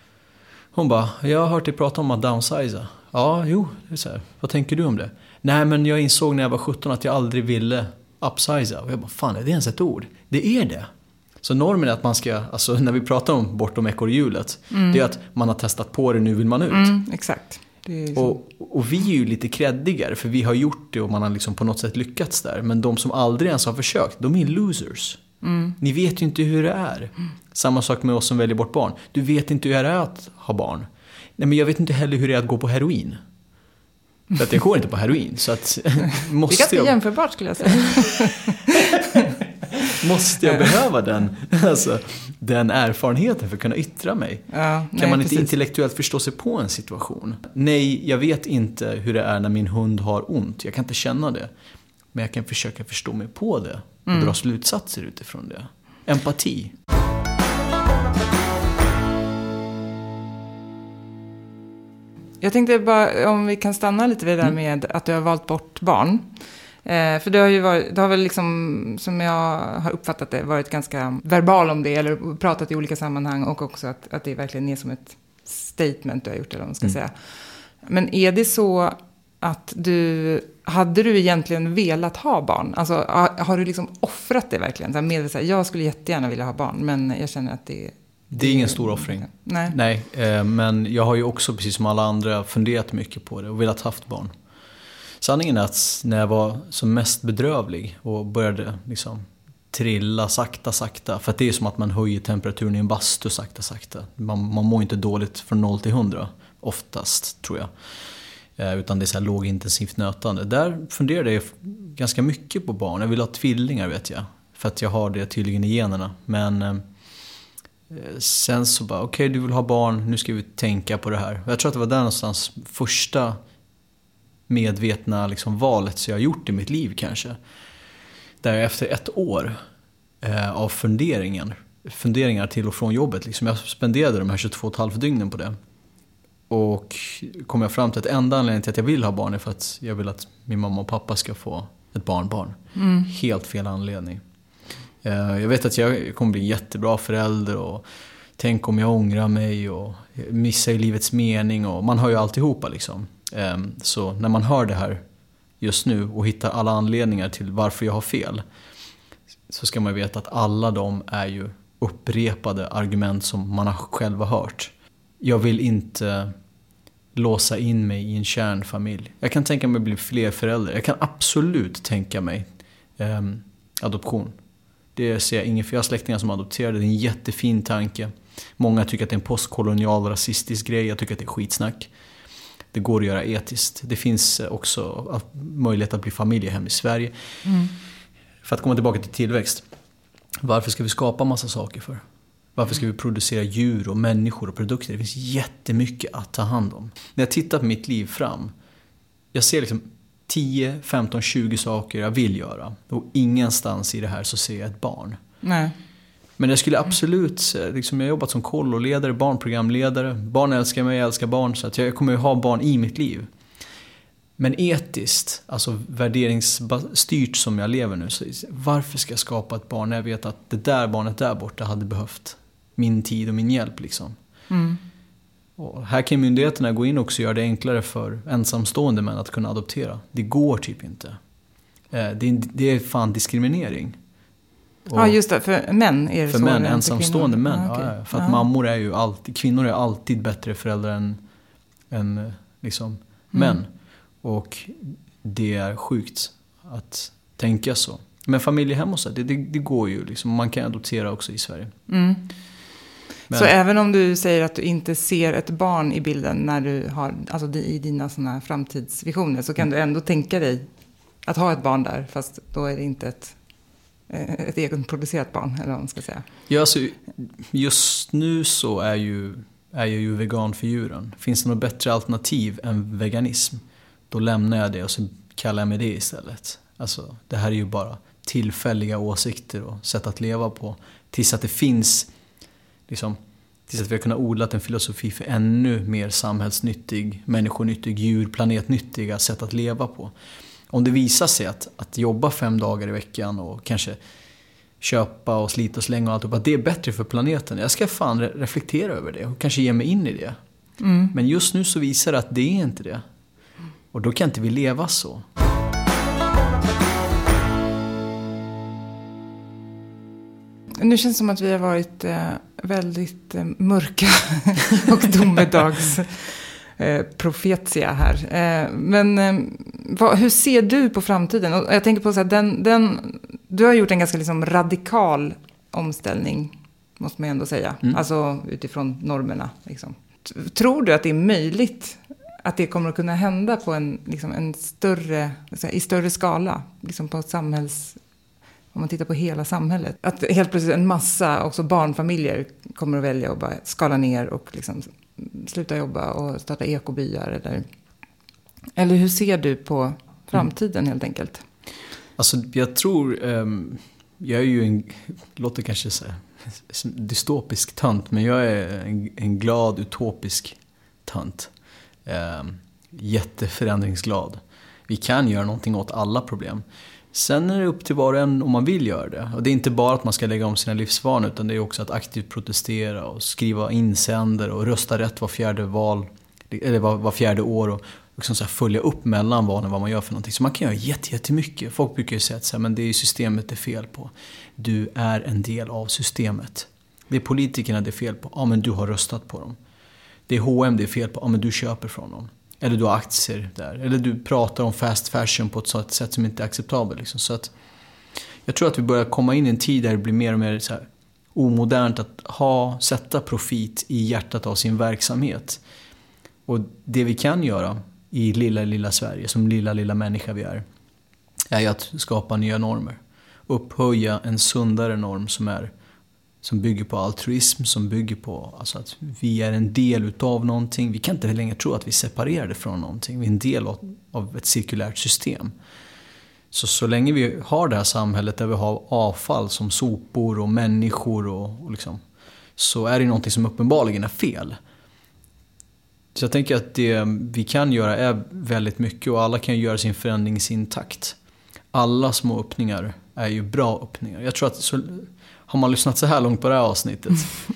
Hon bara, jag har hört dig prata om att downsiza. Ja, jo, det är så här. Vad tänker du om det? Nej, men jag insåg när jag var sjutton att jag aldrig ville upsiza. Och jag bara, fan, är det ens ett ord? Det är det. Så normen är att man ska, alltså när vi pratar om bortom ekorrhjulet, mm. det är att man har testat på det, nu vill man ut. Mm, exakt. Och, och vi är ju lite kreddigare för vi har gjort det och man har liksom på något sätt lyckats där. Men de som aldrig ens har försökt, de är losers. Mm. Ni vet ju inte hur det är. Mm. Samma sak med oss som väljer bort barn. Du vet inte hur det är att ha barn. Nej, men jag vet inte heller hur det är att gå på heroin. För att jag går inte på heroin. Så att, måste det är ganska jag... jämförbart skulle jag säga. måste jag behöva den, alltså, den erfarenheten för att kunna yttra mig? Ja, kan nej, man precis. inte intellektuellt förstå sig på en situation? Nej, jag vet inte hur det är när min hund har ont. Jag kan inte känna det. Men jag kan försöka förstå mig på det och Mm. dra slutsatser utifrån det. Empati. Jag tänkte bara om vi kan stanna lite vid det där Mm. med att du har valt bort barn. Eh, för det har ju varit, det har väl liksom, som jag har uppfattat det, varit ganska verbal om det eller pratat i olika sammanhang och också att, att det verkligen är som ett statement du har gjort eller vad man ska Mm. säga. Men är det så att du, hade du egentligen velat ha barn? Alltså har, har du liksom offrat det verkligen? Så här, med, så här, jag skulle jättegärna vilja ha barn men jag känner att det Det är ingen stor offring. Nej. Nej, eh, men jag har ju också precis som alla andra funderat mycket på det och velat haft barn. Sanningen är att när jag var som mest bedrövlig och började liksom trilla sakta, sakta. För att det är som att man höjer temperaturen i en bastu sakta, sakta. Man, man mår inte dåligt från noll till hundra, oftast tror jag. Eh, utan det är så här lågintensivt nötande. Där funderade jag ganska mycket på barn. Jag vill ha tvillingar vet jag. För att jag har det tydligen i generna. Men eh, sen så bara, okej okay, du vill ha barn, nu ska vi tänka på det här. Jag tror att det var där någonstans första medvetna liksom valet som jag har gjort i mitt liv kanske. Där jag efter ett år eh, av funderingar, funderingar till och från jobbet, liksom jag spenderade de här tjugotvå och ett halvt dygnen på det. Och kom jag fram till att enda anledningen till att jag vill ha barn är för att jag vill att min mamma och pappa ska få ett barnbarn. Mm. Helt fel anledning. Eh, jag vet att jag kommer bli en jättebra förälder och tänk om jag ångrar mig och missar i livets mening och man hör ju alltihopa liksom. Så när man hör det här just nu och hittar alla anledningar till varför jag har fel så ska man veta att alla de är ju upprepade argument som man har själva hört. Jag vill inte låsa in mig i en kärnfamilj. Jag kan tänka mig att bli fler föräldrar. Jag kan absolut tänka mig eh, adoption. Det ser jag ingen, för jag har släktingar som adopterade. Det är en jättefin tanke. Många tycker att det är en postkolonial rasistisk grej. Jag tycker att det är skitsnack. Det går att göra etiskt. Det finns också möjlighet att bli familjehem i Sverige. Mm. För att komma tillbaka till tillväxt. Varför ska vi skapa massa saker för? Varför ska vi producera djur och människor och produkter? Det finns jättemycket att ta hand om. När jag tittar på mitt liv fram. Jag ser liksom tio, femton, tjugo saker jag vill göra. Och ingenstans i det här så ser jag ett barn. Nej. Men jag skulle absolut, liksom jag har jobbat som kolloledare, barnprogramledare. Barn älskar mig, jag älskar barn. Så att jag kommer ju ha barn i mitt liv. Men etiskt, alltså värderingsstyrt som jag lever nu. Så varför ska jag skapa ett barn när jag vet att det där barnet där borta hade behövt min tid och min hjälp liksom. Mm. Och här kan myndigheterna gå in också och göra det enklare för ensamstående män att kunna adoptera. Det går typ inte. Det är, det är fan diskriminering. Och ja, just det. För män är det för så. män, ensamstående män. Ah, okay. Ja, ja, för att ja. mammor är ju alltid, kvinnor är alltid bättre föräldrar än, än liksom mm. män. Och det är sjukt att tänka så. Men familjehem och så, det, det, det går ju liksom. Man kan adoptera också i Sverige. Mm. Men, så även om du säger att du inte ser ett barn i bilden när du har, alltså i dina såna framtidsvisioner, så kan du ändå tänka dig att ha ett barn där, fast då är det inte ett, ett egenproducerat barn, eller vad man ska säga. Ja, alltså, just nu så är, ju, är jag ju vegan för djuren. Finns det något bättre alternativ än veganism? Då lämnar jag det och så kallar jag mig det istället. Alltså, det här är ju bara tillfälliga åsikter och sätt att leva på. Tills att det finns, liksom, tills att vi har kunnat odla en filosofi för ännu mer samhällsnyttig, människonyttig, djur, planetnyttiga sätt att leva på. Om det visar sig att, att jobba fem dagar i veckan och kanske köpa och slita och slänga och allt, att det är bättre för planeten. Jag ska fan reflektera över det och kanske ge mig in i det. Mm. Men just nu så visar det att det är inte det. Och då kan inte vi leva så. Nu känns det som att vi har varit eh, väldigt eh, mörka och domedags eh, profetia här. Eh, men eh, vad, hur ser du på framtiden? Och jag tänker på så här, den, den, du har gjort en ganska liksom radikal omställning, måste man ändå säga. Mm. Alltså utifrån normerna. Liksom. Tror du att det är möjligt att det kommer att kunna hända på en, liksom en större, i större skala, liksom på samhälls, Om man tittar på hela samhället. Att helt plötsligt en massa också barnfamiljer kommer att välja att bara skala ner och liksom sluta jobba och starta ekobyar. Eller, eller hur ser du på framtiden mm. helt enkelt? Alltså jag tror, um, jag är ju en, låter kanske så här, dystopisk tant, men jag är en, en glad, utopisk tant. Um, jätteförändringsglad. Vi kan göra någonting åt alla problem. Sen är det upp till var och en om man vill göra det. Och det är inte bara att man ska lägga om sina livsvanor, utan det är också att aktivt protestera och skriva insändare och rösta rätt var fjärde val, eller var, var fjärde år och liksom så här följa upp mellan valen vad man gör för någonting. Så man kan göra jättemycket. Folk brukar ju säga att så här, men det är ju systemet det är fel på. Du är en del av systemet. Det är politikerna det är fel på. Ja, men du har röstat på dem. Det är H och M det är fel på. Ja, men du köper från dem. Eller du har aktier där. Eller du pratar om fast fashion på ett sådant sätt som inte är acceptabelt. Liksom. Så att jag tror att vi börjar komma in i en tid där det blir mer och mer så här omodernt att ha, sätta profit i hjärtat av sin verksamhet. Och det vi kan göra i lilla, lilla Sverige, som lilla, lilla människa vi är, är att skapa nya normer. Upphöja en sundare norm som är som bygger på altruism, som bygger på alltså att vi är en del utav någonting. Vi kan inte längre tro att vi är separerade från någonting. Vi är en del av ett cirkulärt system. Så så länge vi har det här samhället där vi har avfall som sopor och människor och, och liksom, så är det någonting som uppenbarligen är fel. Så jag tänker att det vi kan göra är väldigt mycket, och alla kan göra sin förändring i sin takt. Alla små öppningar är ju bra öppningar. Jag tror att så, har man lyssnat så här långt på det här avsnittet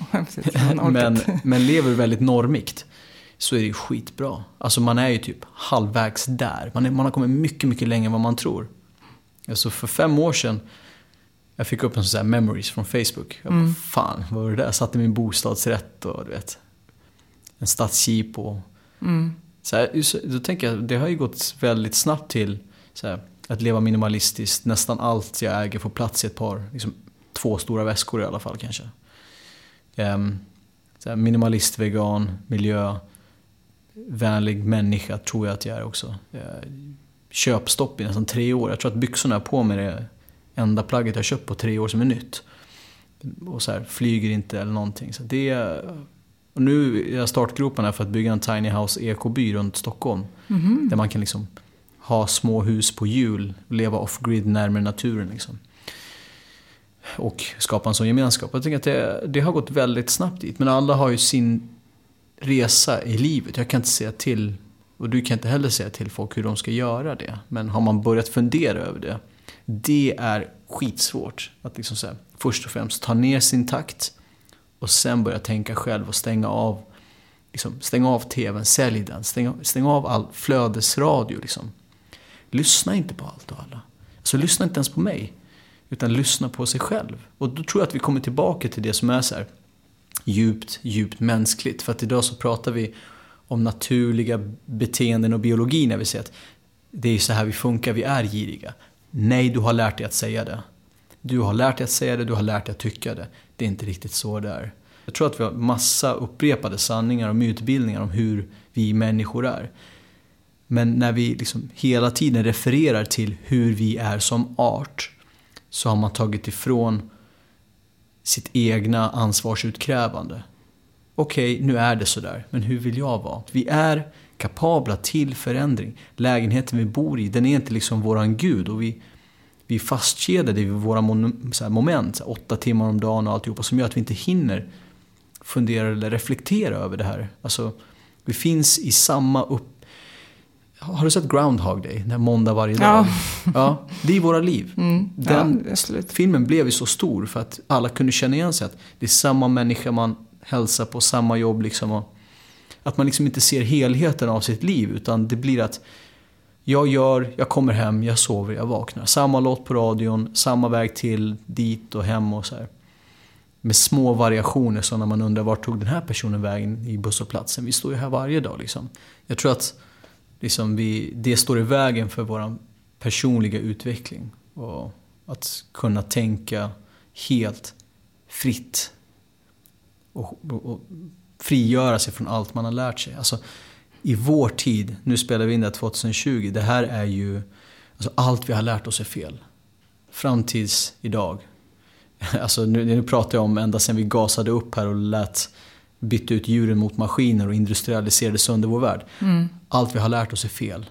men, men lever väldigt normigt, så är det ju skitbra. Alltså man är ju typ halvvägs där. Man, är, man har kommit mycket, mycket längre än vad man tror. Alltså för fem år sedan jag fick upp en sån här memories från Facebook. Jag bara, mm. fan, vad var det där? Jag satt i min bostadsrätt och du vet, en stadsjeep och mm. så här, då tänker jag, det har ju gått väldigt snabbt till så här, att leva minimalistiskt. Nästan allt jag äger får plats i ett par, liksom två stora väskor i alla fall kanske. Um, så här, minimalist, vegan, miljö, vänlig människa tror jag att jag är också. Uh, köpstopp i nästan tre år. Jag tror att byxorna är på med det enda plagget jag köpt på tre år som är nytt. Och så här, flyger inte eller någonting. Så det är, och nu är jag startgroparna för att bygga en tiny house ekoby runt Stockholm. Mm-hmm. Där man kan liksom ha små hus på hjul, leva off-grid närmare naturen liksom. Och skapa en sån gemenskap. Jag tänker att det, det har gått väldigt snabbt dit. Men alla har ju sin resa i livet. Jag kan inte säga till, och du kan inte heller säga till folk hur de ska göra det. Men har man börjat fundera över det, det är skitsvårt. Att liksom så här, först och främst ta ner sin takt och sen börja tänka själv och stänga av liksom, stänga av tvn, sälj den, stänga, stänga av all flödesradio liksom. Lyssna inte på allt och alla. Alltså lyssna inte ens på mig, utan lyssna på sig själv. Och då tror jag att vi kommer tillbaka till det som är så här djupt, djupt mänskligt. För att idag så pratar vi om naturliga beteenden och biologi när vi säger att det är så här vi funkar, vi är giriga. Nej, du har lärt dig att säga det. Du har lärt dig att säga det, du har lärt dig att tycka det. Det är inte riktigt så där. Jag tror att vi har massa upprepade sanningar och mytbildningar om hur vi människor är. Men när vi liksom hela tiden refererar till hur vi är som art, så har man tagit ifrån sitt egna ansvarsutkrävande. Okej, okay, nu är det så där, men hur vill jag vara? Vi är kapabla till förändring. Lägenheten vi bor i, den är inte liksom våran gud, och vi, vi är fastkedjade vid våra mon- så här moment, så här, åtta timmar om dagen och alltihopa, som gör att vi inte hinner fundera eller reflektera över det här. Alltså, vi finns i samma upp... Har du sett Groundhog Day? Den här måndag varje dag. Ja. Ja, det är våra liv. Mm. Den ja, filmen blev ju så stor för att alla kunde känna igen sig. Att det är samma människa man hälsar på, samma jobb liksom. Och att man liksom inte ser helheten av sitt liv, utan det blir att jag gör, jag kommer hem, jag sover, jag vaknar. Samma låt på radion, samma väg till dit och hem och så här. Med små variationer, så när man undrar var tog den här personen vägen i busshållplatsen. Vi står ju här varje dag liksom. Jag tror att liksom vi, det står i vägen för vår personliga utveckling. Och att kunna tänka helt fritt. Och, och, och frigöra sig från allt man har lärt sig. Alltså i vår tid, nu spelar vi in det tjugo tjugo, det här är ju, alltså allt vi har lärt oss är fel. fram tills idag. Alltså nu, nu pratar jag om ända sedan vi gasade upp här och lät bytte ut djuren mot maskiner och industrialiserade sönder vår värld. Mm. Allt vi har lärt oss är fel.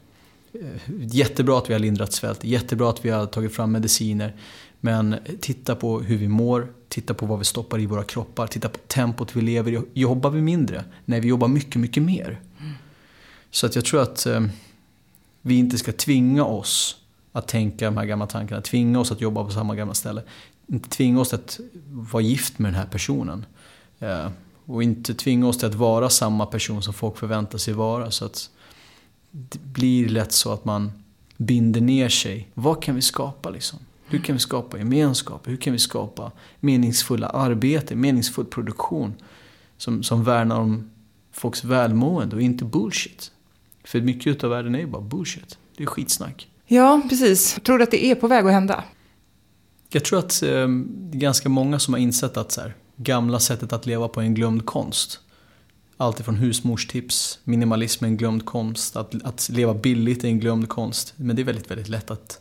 Jättebra att vi har lindrat svält, jättebra att vi har tagit fram mediciner. Men titta på hur vi mår, titta på vad vi stoppar i våra kroppar, titta på tempot vi lever i. Jobbar vi mindre? Nej, vi jobbar mycket, mycket mer. Mm. Så att jag tror att eh, vi inte ska tvinga oss att tänka de här gamla tankarna, tvinga oss att jobba på samma gamla ställe. Inte tvinga oss att vara gift med den här personen. Eh, och inte tvinga oss till att vara samma person som folk förväntar sig vara. Så att det blir lätt så att man binder ner sig. Vad kan vi skapa liksom? Hur kan vi skapa gemenskap? Hur kan vi skapa meningsfulla arbete, meningsfull produktion som, som värnar om folks välmående och inte bullshit? För mycket av världen är ju bara bullshit. Det är skitsnack. Ja, precis. Jag tror att det är på väg att hända. Jag tror att eh, det är ganska många som har insett att så här, gamla sättet att leva på en glömd konst. Allt från husmorstips, minimalism är en glömd konst, att, att leva billigt är en glömd konst. Men det är väldigt, väldigt lätt att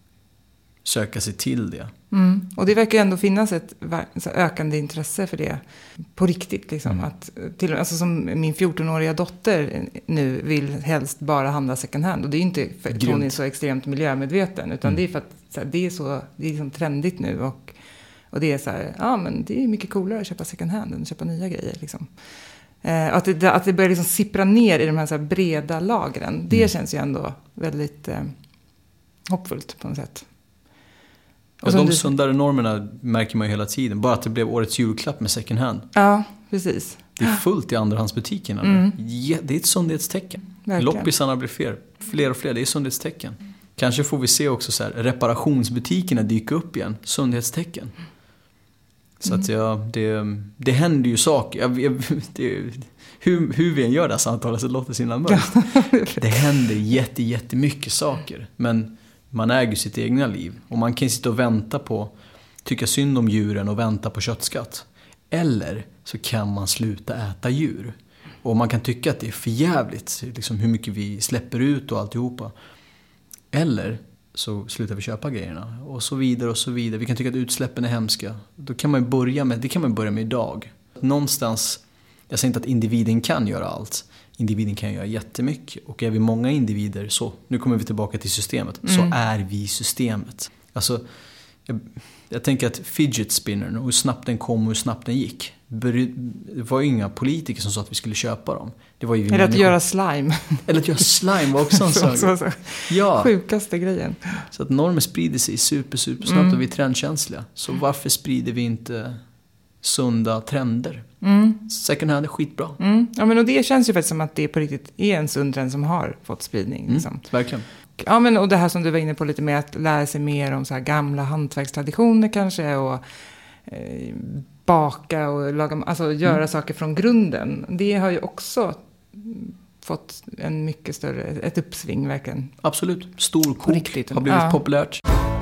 söka sig till det. Mm. Och det verkar ändå finnas ett ökande intresse för det på riktigt. Liksom. Mm. Att till, alltså som min fjortonåriga dotter nu vill helst bara handla second hand. Och det är inte för att hon är så extremt miljömedveten. Utan mm. det är för att så här, det är så det är liksom trendigt nu. Och, och det är så här, ja men det är mycket coolare att köpa second hand än att köpa nya grejer. Liksom. Eh, att, det, att det börjar liksom sippra ner i de här, så här breda lagren. Det mm. känns ju ändå väldigt eh, hoppfullt på något sätt. Ja, de du... sundare normerna märker man ju hela tiden. Bara att det blev årets julklapp med second hand. Ja, precis. Det är fullt i andrahandsbutikerna. Mm. Ja, det är ett sundhetstecken. Verkligen. Loppisarna blir fler. Fler och fler, det är sundhetstecken. Kanske får vi se också så här, reparationsbutikerna dyka upp igen. Sundhetstecken. Så mm. att ja, det, det händer ju saker. Jag, jag, det, hur, hur vi än gör det här samtalet så låter det sina mörkt. Det händer jätte, jättemycket saker. Men man äger sitt egna liv. Och man kan sitta och vänta på, tycka synd om djuren och vänta på köttskatt. Eller så kan man sluta äta djur. Och man kan tycka att det är för jävligt, liksom hur mycket vi släpper ut och alltihopa. Eller så slutar vi köpa grejerna. Och så vidare och så vidare. Vi kan tycka att utsläppen är hemska. Då kan man börja med, det kan man börja med idag. Någonstans, jag säger inte att individen kan göra allt. Individen kan göra jättemycket. Och är vi många individer så, nu kommer vi tillbaka till systemet, mm. så är vi systemet. Alltså, jag, jag tänker att fidget spinnern, och hur snabbt den kom och hur snabbt den gick. Det var ju inga politiker som sa att vi skulle köpa dem. Det var ju Eller att göra slime. Eller att göra slime var också en sak. så, så. Ja. Sjukaste grejen. Så att normer sprider sig super, super snabbt mm. och vi är trendkänsliga. Så varför sprider vi inte sunda trender? Mm. Second hand är skitbra. Mm. Ja, men och det känns ju faktiskt som att det på riktigt är en sund trend som har fått spridning. Liksom. Mm, verkligen. Ja, men och det här som du var inne på lite med att lära sig mer om så här gamla hantverkstraditioner kanske och eh, baka och laga, alltså göra mm. saker från grunden. Det har ju också fått en mycket större, ett uppsving verkligen. Absolut. Storkok har blivit ja. populärt.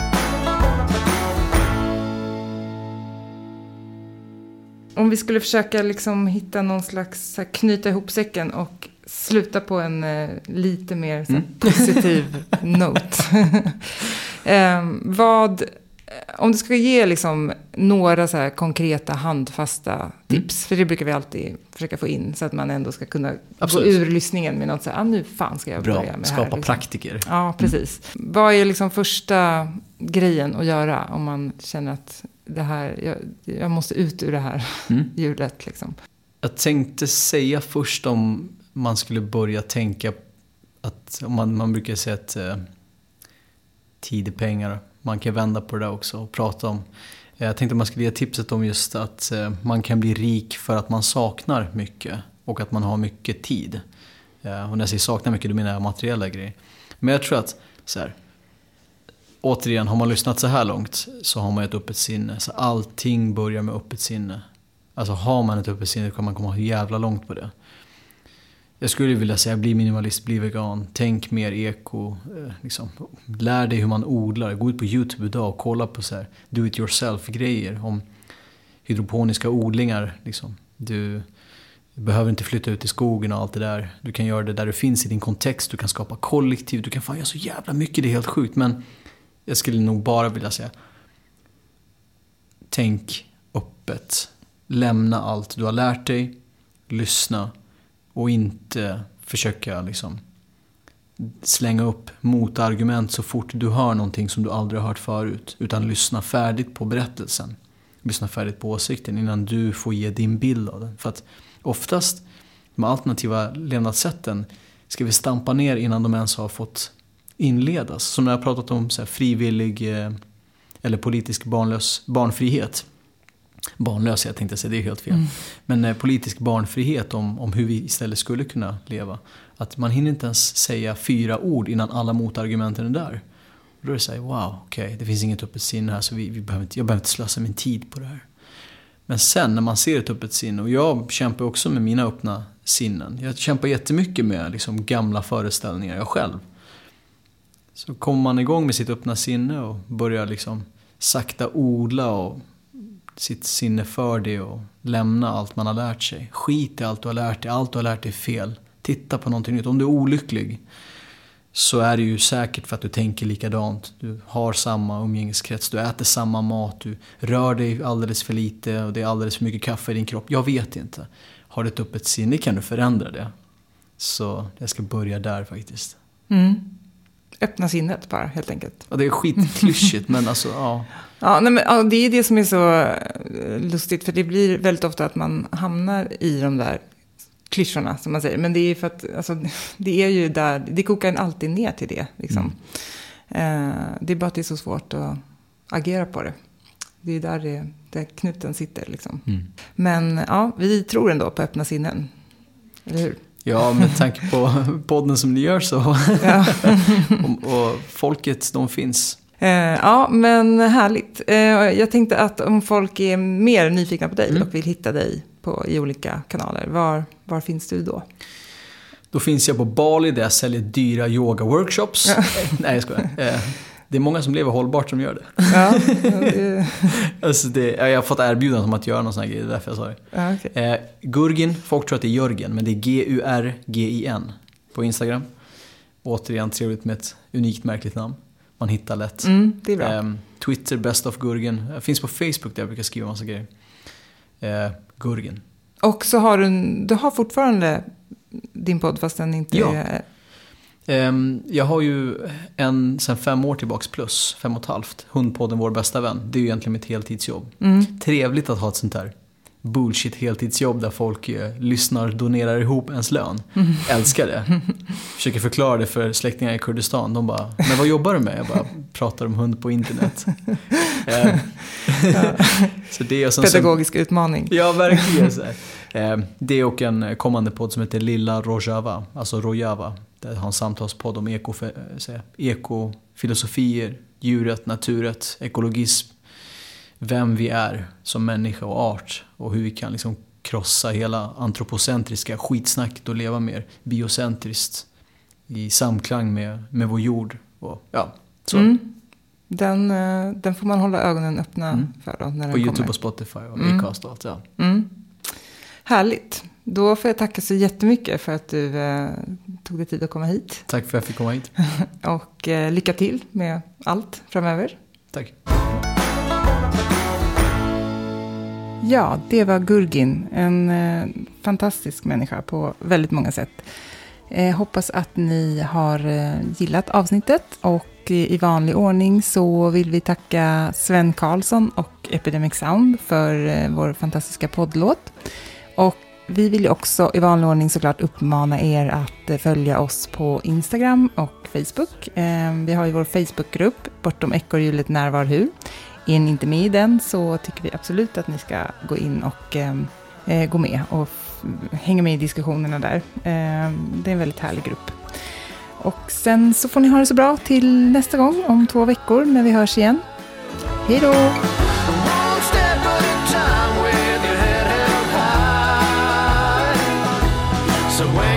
Om vi skulle försöka liksom hitta någon slags, så här, knyta ihop säcken och sluta på en eh, lite mer så här, mm. positiv note. eh, vad, om du ska ge liksom några så här konkreta handfasta tips, mm. för det brukar vi alltid försöka få in så att man ändå ska kunna Absolut. gå ur lyssningen med något så här, ah, nu fan ska jag Bra. börja med Skapa här. Liksom. praktiker. Ja, precis. Mm. Vad är liksom första grejen att göra om man känner att det här, jag, jag måste ut ur det här mm. hjulet liksom. Jag tänkte säga först om man skulle börja tänka att man, man brukar säga att eh, tid är pengar. Man kan vända på det där också och prata om. Jag tänkte att man skulle ge tipset om just att eh, man kan bli rik för att man saknar mycket och att man har mycket tid. Eh, och när jag säger saknar mycket, då menar jag materiella grejer. Men jag tror att så här, återigen, har man lyssnat så här långt så har man ett öppet sinne. Så allting börjar med öppet sinne. Alltså har man ett öppet sinne kan man komma jävla långt på det. Jag skulle vilja säga, bli minimalist, bli vegan. Tänk mer eko. Eh, liksom. Lär dig hur man odlar. Gå ut på YouTube idag och kolla på så här do it yourself grejer. Om hydroponiska odlingar. Liksom. Du behöver inte flytta ut i skogen och allt det där. Du kan göra det där du finns i din kontext. Du kan skapa kollektiv. Du kan fan göra så jävla mycket, det är helt sjukt. Men jag skulle nog bara vilja säga, tänk öppet. Lämna allt du har lärt dig. Lyssna. Och inte försöka liksom slänga upp motargument så fort du hör någonting som du aldrig har hört förut. Utan lyssna färdigt på berättelsen. Lyssna färdigt på åsikten innan du får ge din bild av den. För att oftast de alternativa levnadssätten ska vi stampa ner innan de ens har fått inledas. Som när jag har pratat om så här frivillig eh, eller politisk barnlös, barnfrihet. Barnlös, jag tänkte säga, det är helt fel. Mm. Men eh, politisk barnfrihet om, om hur vi istället skulle kunna leva. Att man hinner inte ens säga fyra ord innan alla motargumenten är där. Och då är det så här, wow, okej, okay, det finns inget öppet sinne här så vi, vi behöver inte, jag behöver inte slösa min tid på det här. Men sen när man ser ett öppet sinne, och jag kämpar också med mina öppna sinnen. Jag kämpar jättemycket med liksom gamla föreställningar jag själv. Så kommer man igång med sitt öppna sinne och börjar liksom sakta odla och sitt sinne för det och lämna allt man har lärt sig. Skit i allt du har lärt dig, allt du har lärt dig är fel. Titta på någonting nytt. Om du är olycklig så är det ju säkert för att du tänker likadant. Du har samma umgängeskrets, du äter samma mat, du rör dig alldeles för lite och det är alldeles för mycket kaffe i din kropp. Jag vet inte. Har du ett öppet sinne kan du förändra det. Så jag ska börja där faktiskt. Mm. Öppna sinnet bara, helt enkelt. Ja, det är skitklyschigt, men alltså, ja. Ja, nej, men, ja, det är det som är så lustigt, för det blir väldigt ofta att man hamnar i de där klyschorna, som man säger. Men det är för att, alltså, det är ju där, det kokar en alltid ner till det, liksom. Mm. Eh, det är bara att det är så svårt att agera på det. Det är där, det, där knuten sitter, liksom. Mm. Men ja, vi tror ändå på öppna sinnen, eller hur? Ja, med tanke på podden som ni gör så. Ja. och, och folket, de finns. Eh, ja, men härligt. Eh, jag tänkte att om folk är mer nyfikna på dig mm. och vill hitta dig på, i olika kanaler, var, var finns du då? Då finns jag på Bali där jag säljer dyra yoga-workshops. Ja. Nej, jag skojar. Eh, det är många som lever hållbart som gör det. Ja, det... alltså det, jag har fått erbjudande om att göra någon sån här grej, det är därför jag sa det. Ja, okay. eh, Gurgin, folk tror att det är Jörgen, men det är G U R G I N på Instagram. Återigen trevligt med ett unikt märkligt namn. Man hittar lätt. Mm, det är bra. Eh, Twitter, Best of Gurgin. Jag finns på Facebook där jag brukar skriva massa grejer. Eh, Gurgin. Och så har du, du har fortfarande din podd fast den inte ja. är... Jag har ju en sen fem år tillbaks plus, fem och ett halvt, Hundpodden Vår bästa vän. Det är ju egentligen mitt heltidsjobb. Mm. Trevligt att ha ett sånt här bullshit heltidsjobb där folk eh, lyssnar, donerar ihop ens lön. Mm. Älskar det. Försöker förklara det för släktingar i Kurdistan. De bara, men vad jobbar du med? Jag bara pratar om hund på internet. eh, ja. Så det är som pedagogisk som, utmaning. Ja, verkligen. Så eh, det är och en kommande podd som heter Lilla Rojava, alltså Rojava. Där har en samtalspodd om eko, ekofilosofier, djuret, naturet, ekologism, vem vi är som människa och art och hur vi kan liksom krossa hela antropocentriska skitsnacket och leva mer biocentriskt i samklang med, med vår jord. Och, ja, så. Mm. Den, den får man hålla ögonen öppna mm. för då, när den på YouTube kommer. Och Spotify och mm. Acast och allt. Ja. Mm. Härligt. Då får jag tacka så jättemycket för att du eh, tog dig tid att komma hit. Tack för att jag fick komma hit. och eh, lycka till med allt framöver. Tack. Ja, det var Gurgin. En eh, fantastisk människa på väldigt många sätt. Eh, hoppas att ni har eh, gillat avsnittet. Och eh, i vanlig ordning så vill vi tacka Sven Karlsson och Epidemic Sound för eh, vår fantastiska poddlåt. Och vi vill också i vanlig ordning såklart uppmana er att följa oss på Instagram och Facebook. Vi har ju vår Facebookgrupp Bortom ekorrhjulet närvar hur. Är ni inte med i den så tycker vi absolut att ni ska gå in och eh, gå med och f- hänga med i diskussionerna där. Eh, det är en väldigt härlig grupp. Och sen så får ni ha det så bra till nästa gång om två veckor när vi hörs igen. Hej då! So when